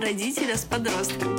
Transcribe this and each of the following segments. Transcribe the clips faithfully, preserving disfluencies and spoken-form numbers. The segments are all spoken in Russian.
родителя с подростком.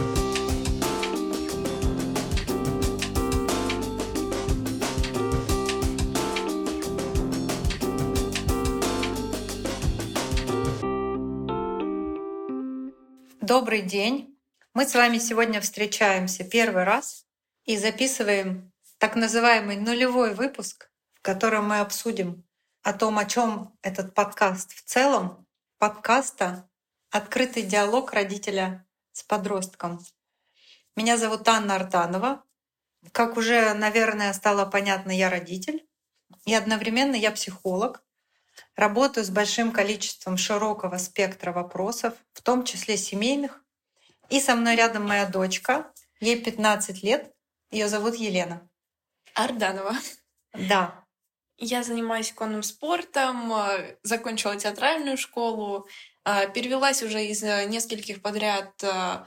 Добрый день! Мы с вами сегодня встречаемся первый раз и записываем так называемый нулевой выпуск, в котором мы обсудим о том, о чем этот подкаст в целом, подкаста «Открытый диалог родителя с подростком». Меня зовут Анна Артанова. Как уже, наверное, стало понятно, я родитель, и одновременно я психолог. Работаю с большим количеством широкого спектра вопросов, в том числе семейных. И со мной рядом моя дочка, ей пятнадцать лет, ее зовут Елена. Арданова. Да. Я занимаюсь конным спортом, закончила театральную школу, перевелась уже из нескольких подряд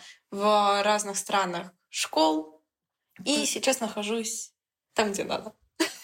в разных странах школ, и сейчас нахожусь там, где надо.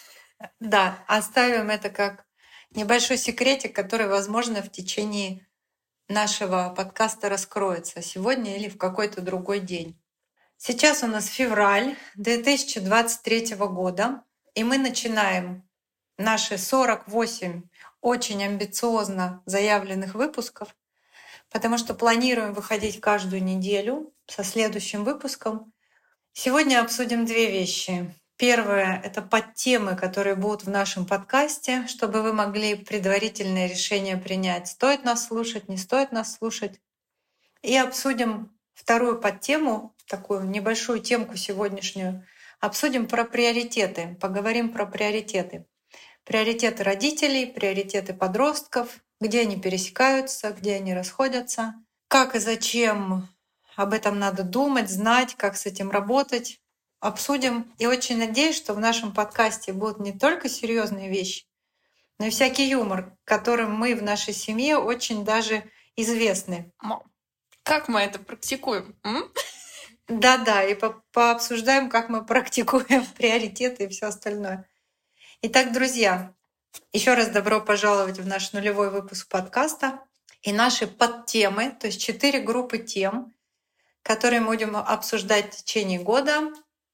Да, оставим это как небольшой секретик, который, возможно, в течение нашего подкаста раскроется сегодня или в какой-то другой день. Сейчас у нас февраль две тысячи двадцать третьего года, и мы начинаем наши сорок восемь очень амбициозно заявленных выпусков, потому что планируем выходить каждую неделю со следующим выпуском. Сегодня обсудим две вещи. Первое — это подтемы, которые будут в нашем подкасте, чтобы вы могли предварительное решение принять, стоит нас слушать, не стоит нас слушать. И обсудим вторую подтему, такую небольшую темку сегодняшнюю. Обсудим про приоритеты, поговорим про приоритеты. Приоритеты родителей, приоритеты подростков, где они пересекаются, где они расходятся, как и зачем об этом надо думать, знать, как с этим работать. Обсудим. И очень надеюсь, что в нашем подкасте будут не только серьезные вещи, но и всякий юмор, которым мы в нашей семье очень даже известны. Мам, как мы это практикуем? М? Да-да, и по пообсуждаем, как мы практикуем приоритеты и все остальное. Итак, друзья, еще раз добро пожаловать в наш нулевой выпуск подкаста и наши подтемы, то есть четыре группы тем, которые мы будем обсуждать в течение года.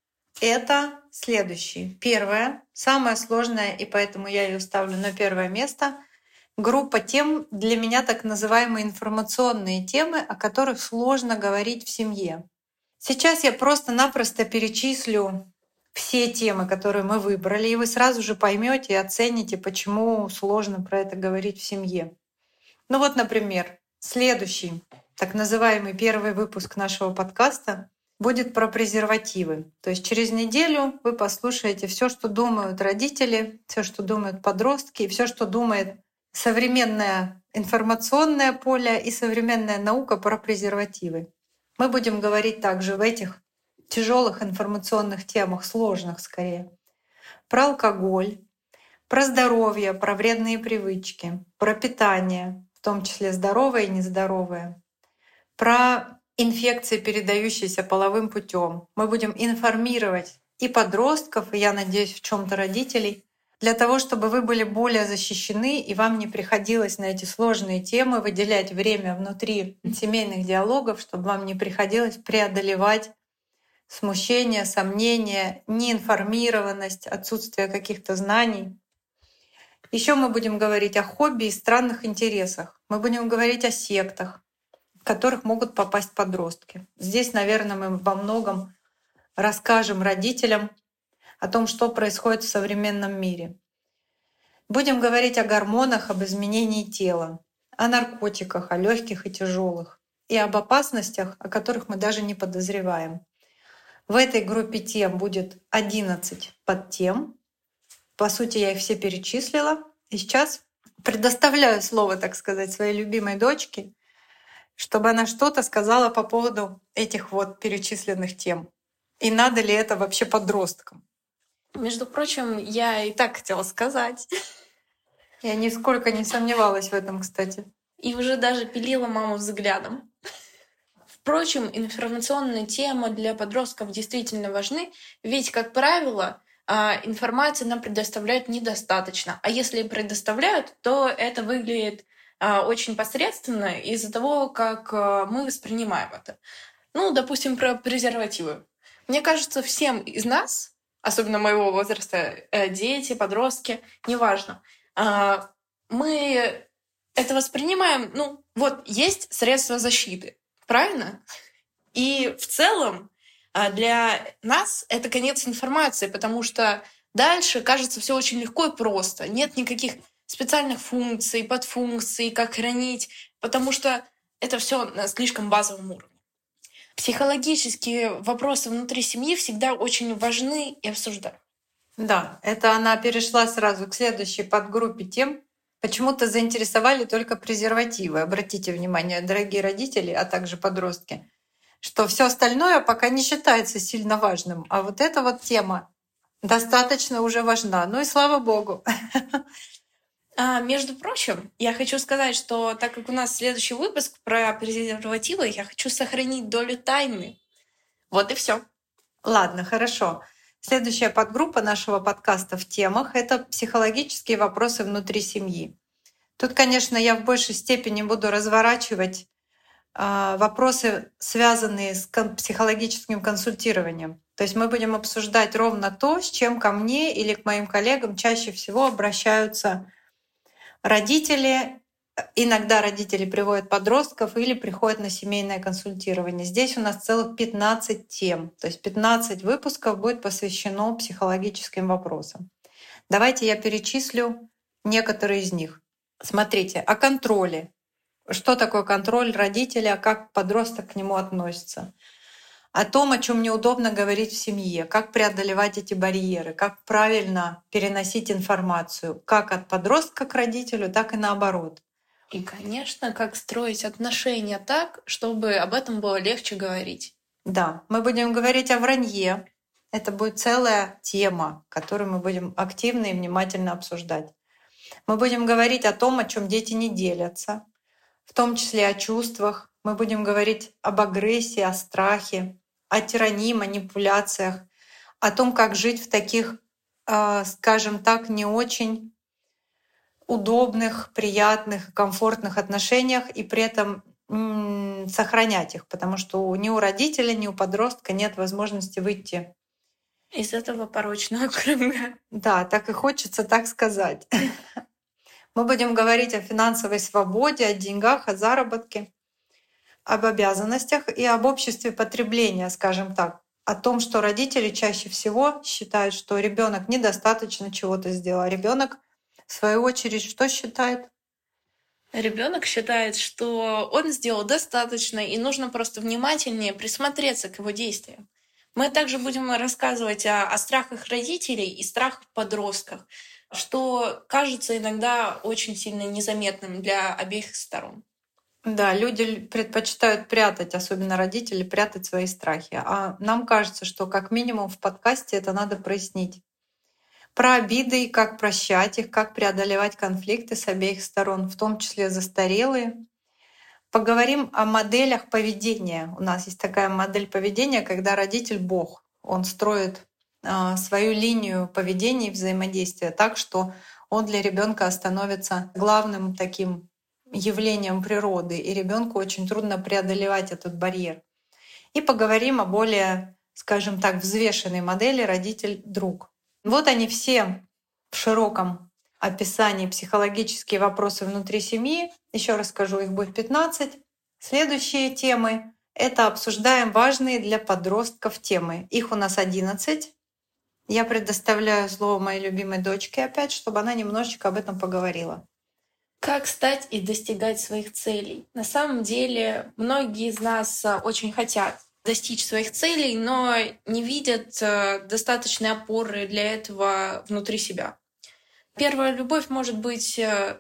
Это следующие. Первое, самое сложное, и поэтому я ее ставлю на первое место. Группа тем для меня так называемые информационные темы, о которых сложно говорить в семье. Сейчас я просто-напросто перечислю все темы, которые мы выбрали, и вы сразу же поймете и оцените, почему сложно про это говорить в семье. Ну вот, например, следующий, так называемый первый выпуск нашего подкаста будет про презервативы. То есть через неделю вы послушаете все, что думают родители, все, что думают подростки, и все, что думает современное информационное поле и современная наука про презервативы. Мы будем говорить также в этих тяжелых информационных темах, сложных скорее, про алкоголь, про здоровье, про вредные привычки, про питание, в том числе здоровое и нездоровое, про инфекции, передающиеся половым путем. Мы будем информировать и подростков, и, я надеюсь, в чем то родителей, для того, чтобы вы были более защищены и вам не приходилось на эти сложные темы выделять время внутри семейных диалогов, чтобы вам не приходилось преодолевать смущение, сомнения, неинформированность, отсутствие каких-то знаний. Еще мы будем говорить о хобби и странных интересах. Мы будем говорить о сектах, в которых могут попасть подростки. Здесь, наверное, мы во многом расскажем родителям о том, что происходит в современном мире. Будем говорить о гормонах, об изменении тела, о наркотиках, о легких и тяжелых, и об опасностях, о которых мы даже не подозреваем. В этой группе тем будет одиннадцать подтем. По сути, я их все перечислила. И сейчас предоставляю слово, так сказать, своей любимой дочке, чтобы она что-то сказала по поводу этих вот перечисленных тем. И надо ли это вообще подросткам? Между прочим, я и так хотела сказать. Я нисколько не сомневалась в этом, кстати. И уже даже пилила маму взглядом. Впрочем, информационные темы для подростков действительно важны, ведь, как правило, информации нам предоставляют недостаточно. А если предоставляют, то это выглядит очень посредственно из-за того, как мы воспринимаем это. Ну, допустим, про презервативы. Мне кажется, всем из нас, особенно моего возраста, дети, подростки, неважно, мы это воспринимаем, ну, вот есть средства защиты, правильно? И в целом для нас это конец информации, потому что дальше кажется все очень легко и просто. Нет никаких специальных функций, подфункций, как хранить, потому что это все на слишком базовом уровне. Психологические вопросы внутри семьи всегда очень важны и обсуждаемы. Да, это она перешла сразу к следующей подгруппе тем. Почему-то заинтересовали только презервативы. Обратите внимание, дорогие родители, а также подростки, что все остальное пока не считается сильно важным. А вот эта вот тема достаточно уже важна. Ну и слава богу. А, между прочим, я хочу сказать, что так как у нас следующий выпуск про презервативы, я хочу сохранить долю тайны. Вот и все. Ладно, хорошо. Следующая подгруппа нашего подкаста в темах — это психологические вопросы внутри семьи. Тут, конечно, я в большей степени буду разворачивать э, вопросы, связанные с кон- психологическим консультированием. То есть мы будем обсуждать ровно то, с чем ко мне или к моим коллегам чаще всего обращаются родители. Иногда родители приводят подростков или приходят на семейное консультирование. Здесь у нас целых пятнадцать тем, то есть пятнадцать выпусков будет посвящено психологическим вопросам. Давайте я перечислю некоторые из них. Смотрите, о контроле. Что такое контроль родителя, как подросток к нему относится. О том, о чем неудобно говорить в семье, как преодолевать эти барьеры, как правильно переносить информацию, как от подростка к родителю, так и наоборот. И, конечно, как строить отношения так, чтобы об этом было легче говорить. Да, мы будем говорить о вранье. Это будет целая тема, которую мы будем активно и внимательно обсуждать. Мы будем говорить о том, о чем дети не делятся, в том числе о чувствах. Мы будем говорить об агрессии, о страхе, о тирании, манипуляциях, о том, как жить в таких, скажем так, не очень удобных, приятных, комфортных отношениях и при этом м, сохранять их, потому что ни у родителя, ни у подростка нет возможности выйти из этого порочного круга. Да, так и хочется так сказать. Мы будем говорить о финансовой свободе, о деньгах, о заработке, об обязанностях и об обществе потребления, скажем так, о том, что родители чаще всего считают, что ребенок недостаточно чего-то сделал, а ребенок в свою очередь что считает? Ребенок считает, что он сделал достаточно, и нужно просто внимательнее присмотреться к его действиям. Мы также будем рассказывать о, о страхах родителей и страхах подростков, что кажется иногда очень сильно незаметным для обеих сторон. Да, люди предпочитают прятать, особенно родители, прятать свои страхи. А нам кажется, что как минимум в подкасте это надо прояснить. Про обиды, как прощать их, как преодолевать конфликты с обеих сторон, в том числе застарелые. Поговорим о моделях поведения. У нас есть такая модель поведения, когда родитель — Бог. Он строит э, свою линию поведения и взаимодействия так, что он для ребенка становится главным таким явлением природы, и ребенку очень трудно преодолевать этот барьер. И поговорим о более, скажем так, взвешенной модели родитель-друг. Вот они все в широком описании психологические вопросы внутри семьи. Еще раз скажу, их будет пятнадцать. Следующие темы — это обсуждаем важные для подростков темы. Их у нас одиннадцать. Я предоставляю слово моей любимой дочке опять, чтобы она немножечко об этом поговорила. Как стать и достигать своих целей? На самом деле, многие из нас очень хотят достичь своих целей, но не видят достаточной опоры для этого внутри себя. Первая любовь может быть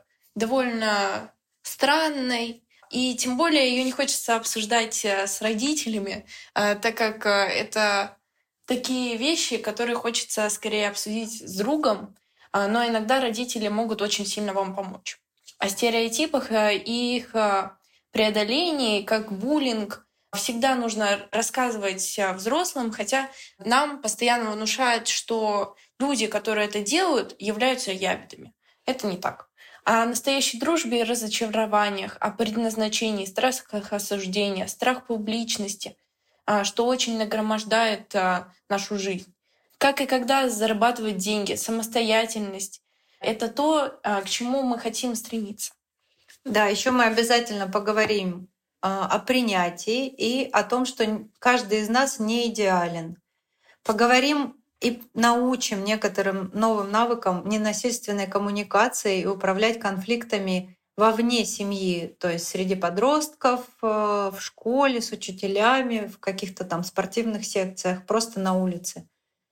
довольно странной, и тем более ее не хочется обсуждать с родителями, так как это такие вещи, которые хочется скорее обсудить с другом, но иногда родители могут очень сильно вам помочь. О стереотипах и их преодолении, как буллинг, всегда нужно рассказывать взрослым, хотя нам постоянно внушают, что люди, которые это делают, являются ябедами. Это не так. О настоящей дружбе и разочарованиях, о предназначении, страхах осуждения, страх публичности, а, что очень нагромождает а, нашу жизнь. Как и когда зарабатывать деньги, самостоятельность — это то, а, к чему мы хотим стремиться. Да, еще мы обязательно поговорим а, о принятии и о том, что н- каждый из нас не идеален. Поговорим и научим некоторым новым навыкам ненасильственной коммуникации и управлять конфликтами вовне семьи, то есть среди подростков, э, в школе, с учителями, в каких-то там спортивных секциях, просто на улице.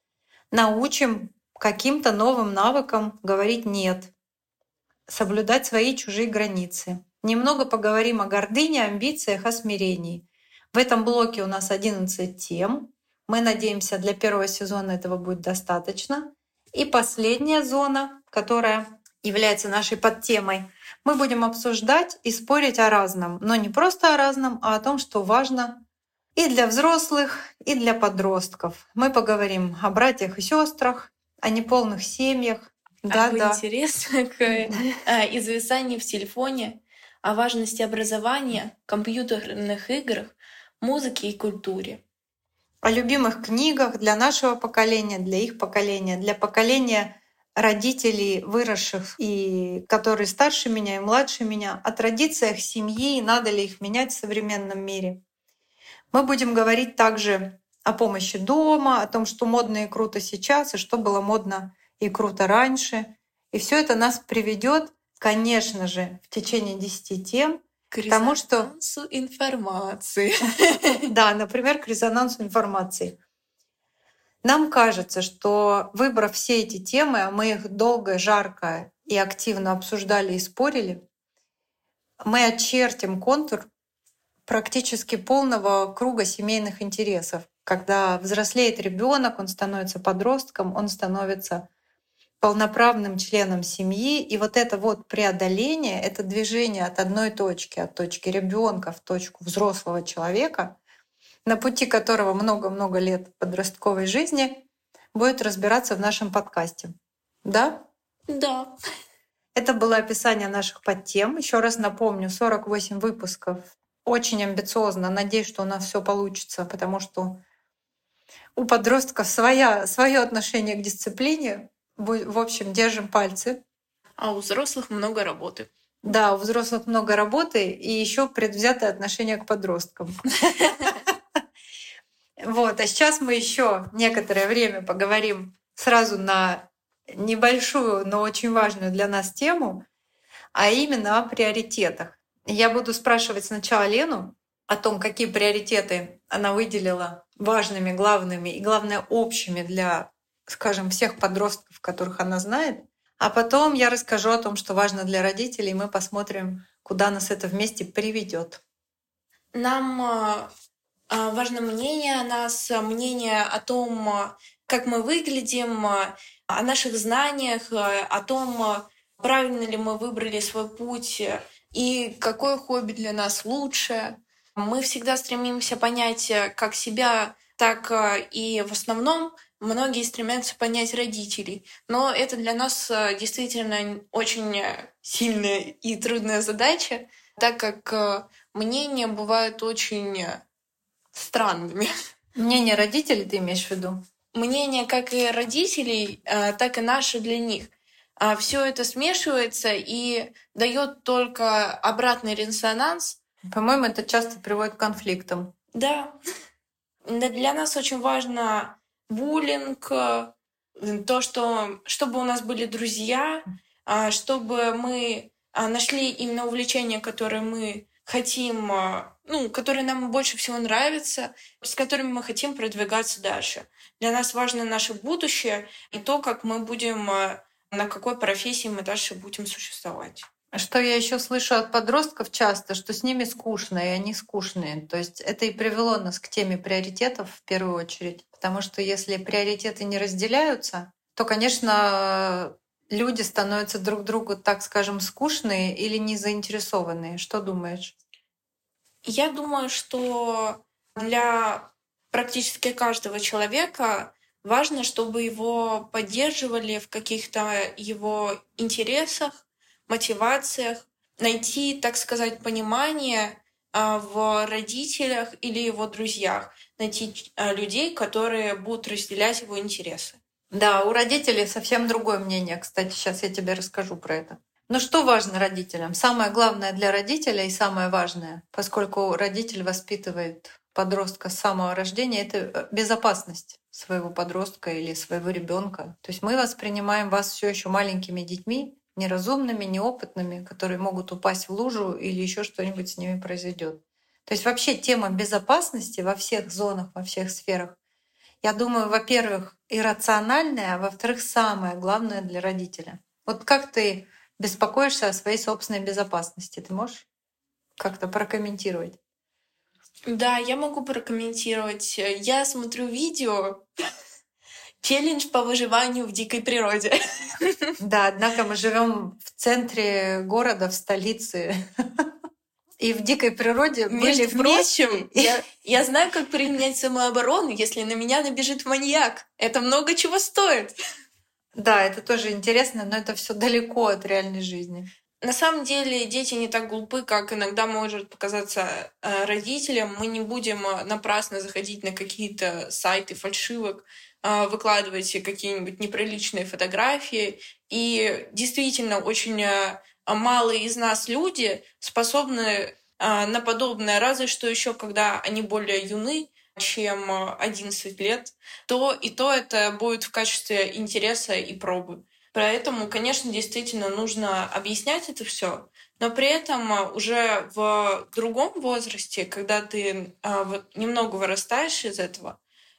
Научим каким-то новым навыкам говорить «нет», соблюдать свои и чужие границы. Немного поговорим о гордыне, амбициях, о смирении. В этом блоке у нас одиннадцать тем. Мы надеемся, для первого сезона этого будет достаточно. И последняя зона, которая является нашей подтемой, мы будем обсуждать и спорить о разном, но не просто о разном, а о том, что важно и для взрослых, и для подростков. Мы поговорим о братьях и сестрах, о неполных семьях. Да, Об да. интересах, э, извисании в телефоне, о важности образования, компьютерных играх, музыке и культуре. О любимых книгах для нашего поколения, для их поколения, для поколения родителей, выросших и которые старше меня и младше меня, о традициях семьи и надо ли их менять в современном мире. Мы будем говорить также о помощи дома, о том, что модно и круто сейчас, и что было модно и круто раньше. И все это нас приведет, конечно же, в течение десяти тем К тому, что резонансу информации. да, например, к резонансу информации. Нам кажется, что выбрав все эти темы, а мы их долго, жарко и активно обсуждали и спорили, мы очертим контур практически полного круга семейных интересов. Когда взрослеет ребенок, он становится подростком, он становится полноправным членом семьи. И вот это вот преодоление, это движение от одной точки, от точки ребенка в точку взрослого человека, на пути которого много-много лет подростковой жизни, будет разбираться в нашем подкасте. Да? Да. Это было описание наших подтем. Еще раз напомню, сорок восемь выпусков. Очень амбициозно. Надеюсь, что у нас все получится, потому что у подростков своя, свое отношение к дисциплине. Бу- В общем, держим пальцы. А у взрослых много работы. Да, у взрослых много работы и еще предвзятое отношение к подросткам. Вот, а сейчас мы еще некоторое время поговорим сразу на небольшую, но очень важную для нас тему, а именно о приоритетах. Я буду спрашивать сначала Лену о том, какие приоритеты она выделила важными, главными и, главное, общими для, скажем, всех подростков, которых она знает. А потом я расскажу о том, что важно для родителей, и мы посмотрим, куда нас это вместе приведет. Нам а, а, важно мнение о нас, а, мнение о том, а, как мы выглядим, а, о наших знаниях, а, о том, а, правильно ли мы выбрали свой путь э, и какое хобби для нас лучше. Мы всегда стремимся понять э, как себя, так а, и в основном многие стремятся понять родителей. Но это для нас а, действительно очень э, сильная и трудная задача, так как э, мнения бывают очень э, странными. Мнение родителей ты имеешь в виду? Мнения как и родителей, э, так и наши для них. Все это смешивается и дает только обратный резонанс. По-моему, это часто приводит к конфликтам. Да. Да, для нас очень важно буллинг, э, то, что чтобы у нас были друзья, а, чтобы мы а, нашли именно увлечения, которые мы хотим, а, ну, которые нам больше всего нравятся, с которыми мы хотим продвигаться дальше. Для нас важно наше будущее и то, как мы будем, а, на какой профессии мы дальше будем существовать. Что я еще слышу от подростков часто, что с ними скучно, и они скучные. То есть это и привело нас к теме приоритетов в первую очередь. Потому что если приоритеты не разделяются, то, конечно, люди становятся друг другу, так скажем, скучные или не заинтересованные. Что думаешь? Я думаю, что для практически каждого человека важно, чтобы его поддерживали в каких-то его интересах, мотивациях, найти, так сказать, понимание а, в родителях или его друзьях, найти а, людей, которые будут разделять его интересы. Да, у родителей совсем другое мнение. Кстати, сейчас я тебе расскажу про это. Но что важно родителям? Самое главное для родителя и самое важное, поскольку родитель воспитывает подростка с самого рождения, это безопасность своего подростка или своего ребенка. То есть мы воспринимаем вас все еще маленькими детьми, неразумными, неопытными, которые могут упасть в лужу или еще что-нибудь с ними произойдет. То есть вообще тема безопасности во всех зонах, во всех сферах, я думаю, во-первых, иррациональная, а во-вторых, самое главное для родителя. Вот как ты беспокоишься о своей собственной безопасности? Ты можешь как-то прокомментировать? Да, я могу прокомментировать. Я смотрю видео «Челлендж по выживанию в дикой природе». Да, однако мы живем в центре города, в столице. И в дикой природе были Между вместе. прочим, я, я знаю, как применять самооборону, если на меня набежит маньяк. Это много чего стоит. Да, это тоже интересно, но это все далеко от реальной жизни. На самом деле дети не так глупы, как иногда может показаться э, родителям. Мы не будем э, напрасно заходить на какие-то сайты фальшивок, э, выкладывать какие-нибудь неприличные фотографии. И действительно, очень э, мало из нас люди способны э, на подобное, разве что еще когда они более юны, чем э, одиннадцать лет, то и то это будет в качестве интереса и пробы. Поэтому, конечно, действительно нужно объяснять это все, но при этом а, уже в другом возрасте, когда ты а, вот немного вырастаешь из этого,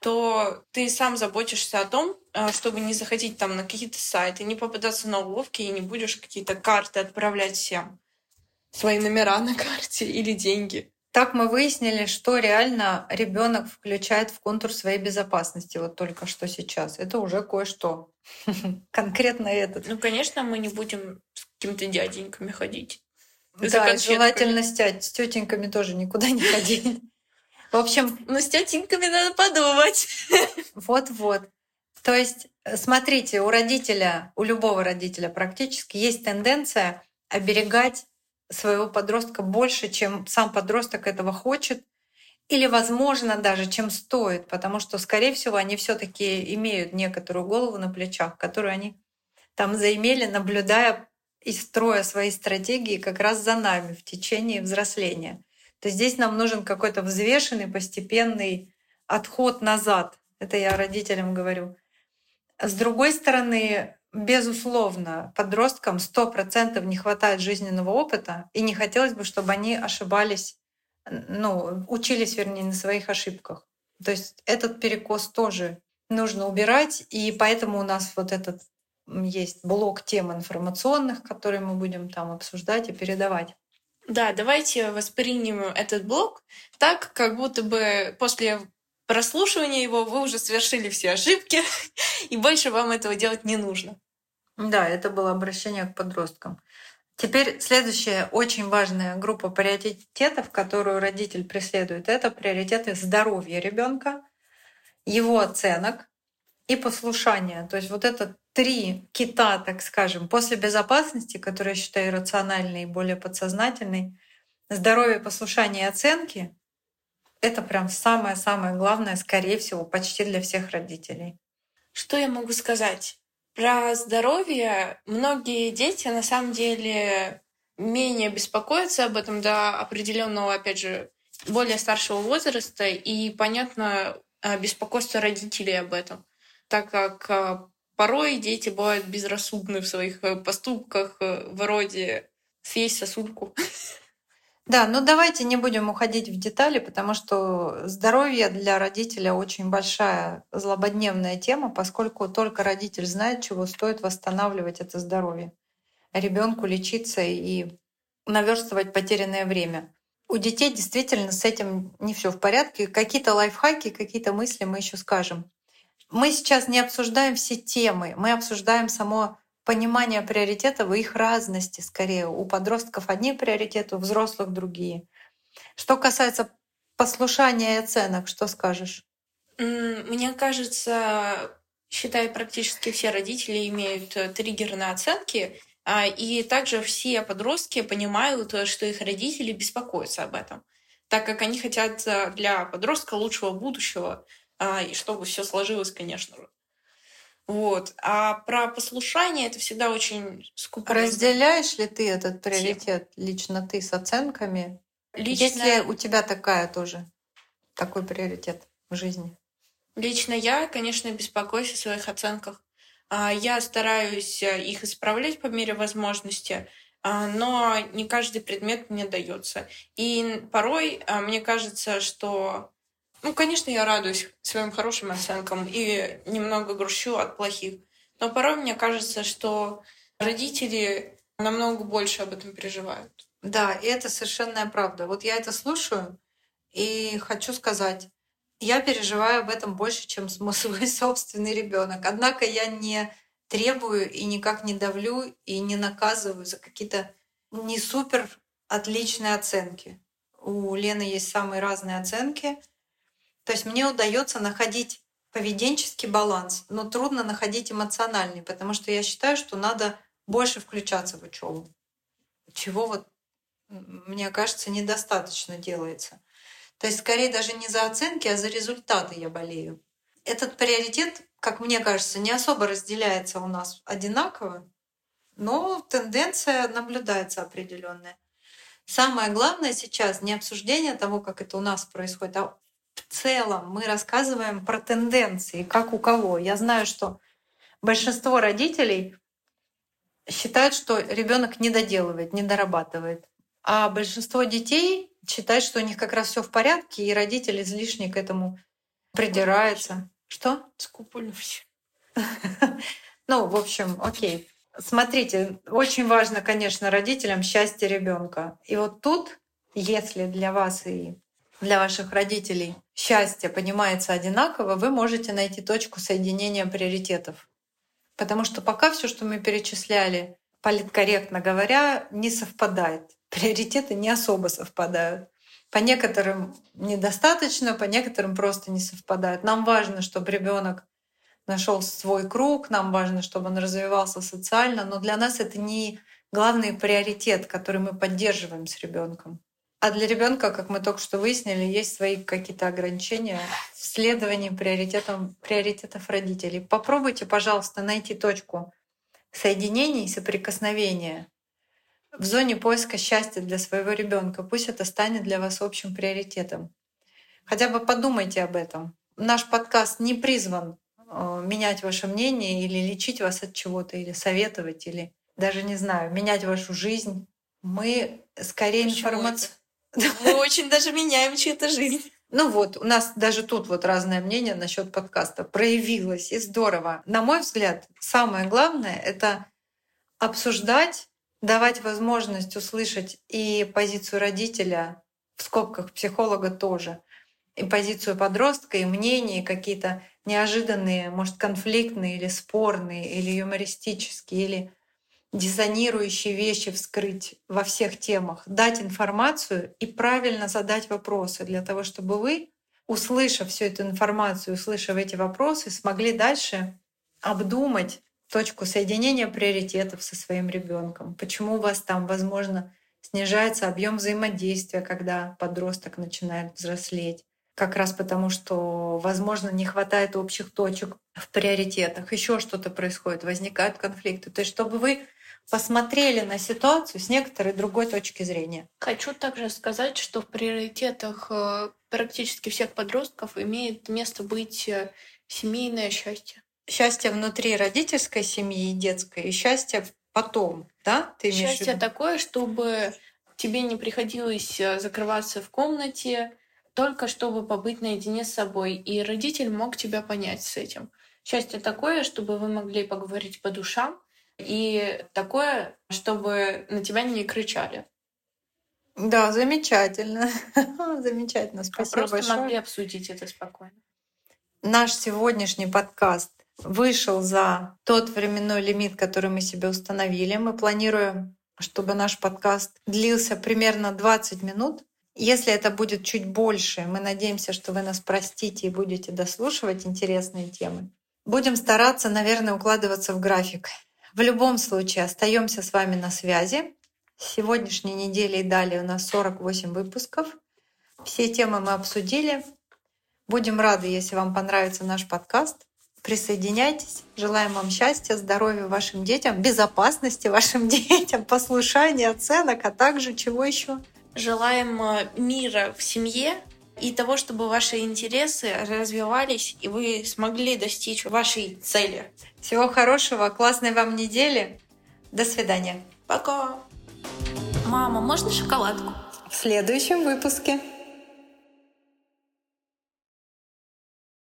то ты сам заботишься о том, а, чтобы не заходить там на какие-то сайты, не попадаться на уловки и не будешь какие-то карты отправлять всем. Свои номера на карте или деньги. Так мы выяснили, что реально ребенок включает в контур своей безопасности. Вот только что сейчас. Это уже кое-что. Конкретно этот. Ну, конечно, мы не будем с какими-то дяденьками ходить. За Да, и конфетками. желательно с тя- с тетеньками тоже никуда не ходить. В общем, Ну, с тетеньками надо подумать. вот-вот. То есть, э, смотрите, у родителя, у любого родителя практически есть тенденция оберегать своего подростка больше, чем сам подросток этого хочет, или, возможно, даже чем стоит, потому что, скорее всего, они все-таки имеют некоторую голову на плечах, которую они там заимели, наблюдая и строя свои стратегии как раз за нами в течение взросления. То есть здесь нам нужен какой-то взвешенный, постепенный отход назад. Это я родителям говорю. С другой стороны, безусловно, подросткам сто процентов не хватает жизненного опыта, и не хотелось бы, чтобы они ошибались, ну, учились, вернее, на своих ошибках. То есть этот перекос тоже нужно убирать, и поэтому у нас вот этот есть блок тем информационных, которые мы будем там обсуждать и передавать. Да, давайте воспримем этот блог так, как будто бы после прослушивания его вы уже совершили все ошибки, и больше вам этого делать не нужно. Да, это было обращение к подросткам. Теперь следующая очень важная группа приоритетов, которую родитель преследует, это приоритеты здоровья ребенка, его оценок и послушания. То есть вот это три кита, так скажем, после безопасности, которые я считаю рациональной и более подсознательной, здоровье, послушание и оценки — это прям самое-самое главное, скорее всего, почти для всех родителей. Что я могу сказать? Про здоровье многие дети на самом деле менее беспокоятся об этом до определенного, опять же, более старшего возраста, и понятно беспокойство родителей об этом, так как порой дети бывают безрассудны в своих поступках, вроде съесть сосульку. Да, ну давайте не будем уходить в детали, потому что здоровье для родителя очень большая злободневная тема, поскольку только родитель знает, чего стоит восстанавливать это здоровье, ребенку лечиться и наверстывать потерянное время. У детей действительно с этим не все в порядке. Какие-то лайфхаки, какие-то мысли мы еще скажем. Мы сейчас не обсуждаем все темы, мы обсуждаем само понимание приоритетов и их разности скорее. У подростков одни приоритеты, у взрослых другие. Что касается послушания и оценок, что скажешь? Мне кажется, считай, практически все родители имеют триггер на оценки. А, И также все подростки понимают, э, что их родители беспокоятся об этом, так как они хотят э, для подростка лучшего будущего, а, и чтобы все сложилось, конечно же. Вот. А про послушание это всегда очень скупая Разделяешь ли ты этот тема. приоритет лично ты с оценками? Есть ли Лично, у тебя такая тоже, такой приоритет в жизни? лично я, конечно, беспокоюсь о своих оценках. А, Я стараюсь э, их исправлять по мере возможности, а, но не каждый предмет мне дается. И н- порой а, мне кажется, что, ну, конечно, я радуюсь своим хорошим оценкам и немного грущу от плохих. Но порой мне кажется, что родители намного больше об этом переживают. Да, и это совершенная правда. Вот я это слушаю и хочу сказать, я переживаю об этом больше, чем с- мой свой собственный ребенок. Однако я не требую и никак не давлю и не наказываю за какие-то не супер отличные оценки. У Лены есть самые разные оценки. То есть мне удается находить поведенческий баланс, но трудно находить эмоциональный, потому что я считаю, что надо больше включаться в учебу, чего вот м, мне кажется, недостаточно делается. То есть скорее даже не за оценки, а за результаты я болею. Этот приоритет, как мне кажется, не особо разделяется у нас одинаково, но тенденция наблюдается определенная. Самое главное сейчас не обсуждение того, как это у нас происходит, а в целом мы рассказываем про тенденции, как у кого. Я знаю, что большинство родителей считают, что ребенок не доделывает, не дорабатывает. А большинство детей считает, что у них как раз все в порядке, и родитель излишне к этому придирается. Что? Скупулюсь. Ну, в общем, окей. Смотрите, очень важно, конечно, родителям счастье ребенка. И вот тут, если для вас и для ваших родителей счастье понимается одинаково, вы можете найти точку соединения приоритетов. Потому что пока все, что мы перечисляли, политкорректно говоря, не совпадает. Приоритеты не особо совпадают. По некоторым недостаточно, по некоторым просто не совпадают. Нам важно, чтобы ребенок нашел свой круг, нам важно, чтобы он развивался социально, но для нас это не главный приоритет, который мы поддерживаем с ребенком. А для ребенка, как мы только что выяснили, есть свои какие-то ограничения в следовании приоритетам, приоритетов родителей. Попробуйте, пожалуйста, найти точку соединения и соприкосновения в зоне поиска счастья для своего ребенка. Пусть это станет для вас общим приоритетом. Хотя бы подумайте об этом. Наш подкаст не призван э, менять ваше мнение или лечить вас от чего-то, или советовать, или даже, не знаю, менять вашу жизнь. Мы скорее Почему это? информация. Мы очень даже меняем чью-то жизнь. Ну вот, у нас даже тут вот разное мнение насчет подкаста проявилось, и здорово. На мой взгляд, самое главное — это обсуждать, давать возможность услышать и позицию родителя, в скобках психолога тоже, и позицию подростка, и мнения, и какие-то неожиданные, может, конфликтные или спорные, или юмористические, или диссонирующие вещи вскрыть во всех темах, дать информацию и правильно задать вопросы для того, чтобы вы, услышав всю эту информацию, услышав эти вопросы, смогли дальше обдумать точку соединения приоритетов со своим ребенком. Почему у вас там, возможно, снижается объем взаимодействия, когда подросток начинает взрослеть. Как раз потому, что, возможно, не хватает общих точек в приоритетах, еще что-то происходит, возникают конфликты. То есть, чтобы вы посмотрели на ситуацию с некоторой другой точки зрения. Хочу также сказать, что в приоритетах э, практически всех подростков имеет место быть э, семейное счастье. Счастье внутри родительской семьи и детской, и счастье потом, да? Ты имеешь в Счастье виду? такое, чтобы тебе не приходилось э, закрываться в комнате, только чтобы побыть наедине с собой, и родитель мог тебя понять с этим. Счастье такое, чтобы вы могли поговорить по душам, и такое, чтобы на тебя не кричали, Да, замечательно. Замечательно. а Спасибо просто большое. могли обсудить это спокойно. Наш сегодняшний подкаст вышел за тот временной лимит, который мы себе установили. Мы планируем, чтобы наш подкаст длился примерно двадцать минут. Если это будет чуть больше, мы надеемся, что вы нас простите и будете дослушивать интересные темы. Будем стараться, наверное, укладываться в график. В любом случае, остаемся с вами на связи. С сегодняшней недели и далее у нас сорок восемь выпусков. Все темы мы обсудили. Будем рады, если вам понравится наш подкаст. Присоединяйтесь. Желаем вам счастья, здоровья вашим детям, безопасности вашим детям, послушания, оценок, а также чего еще? Желаем мира в семье и того, чтобы ваши интересы развивались, и вы смогли достичь вашей цели. Всего хорошего, классной вам недели. До свидания. Пока. Мама, можно шоколадку? В следующем выпуске.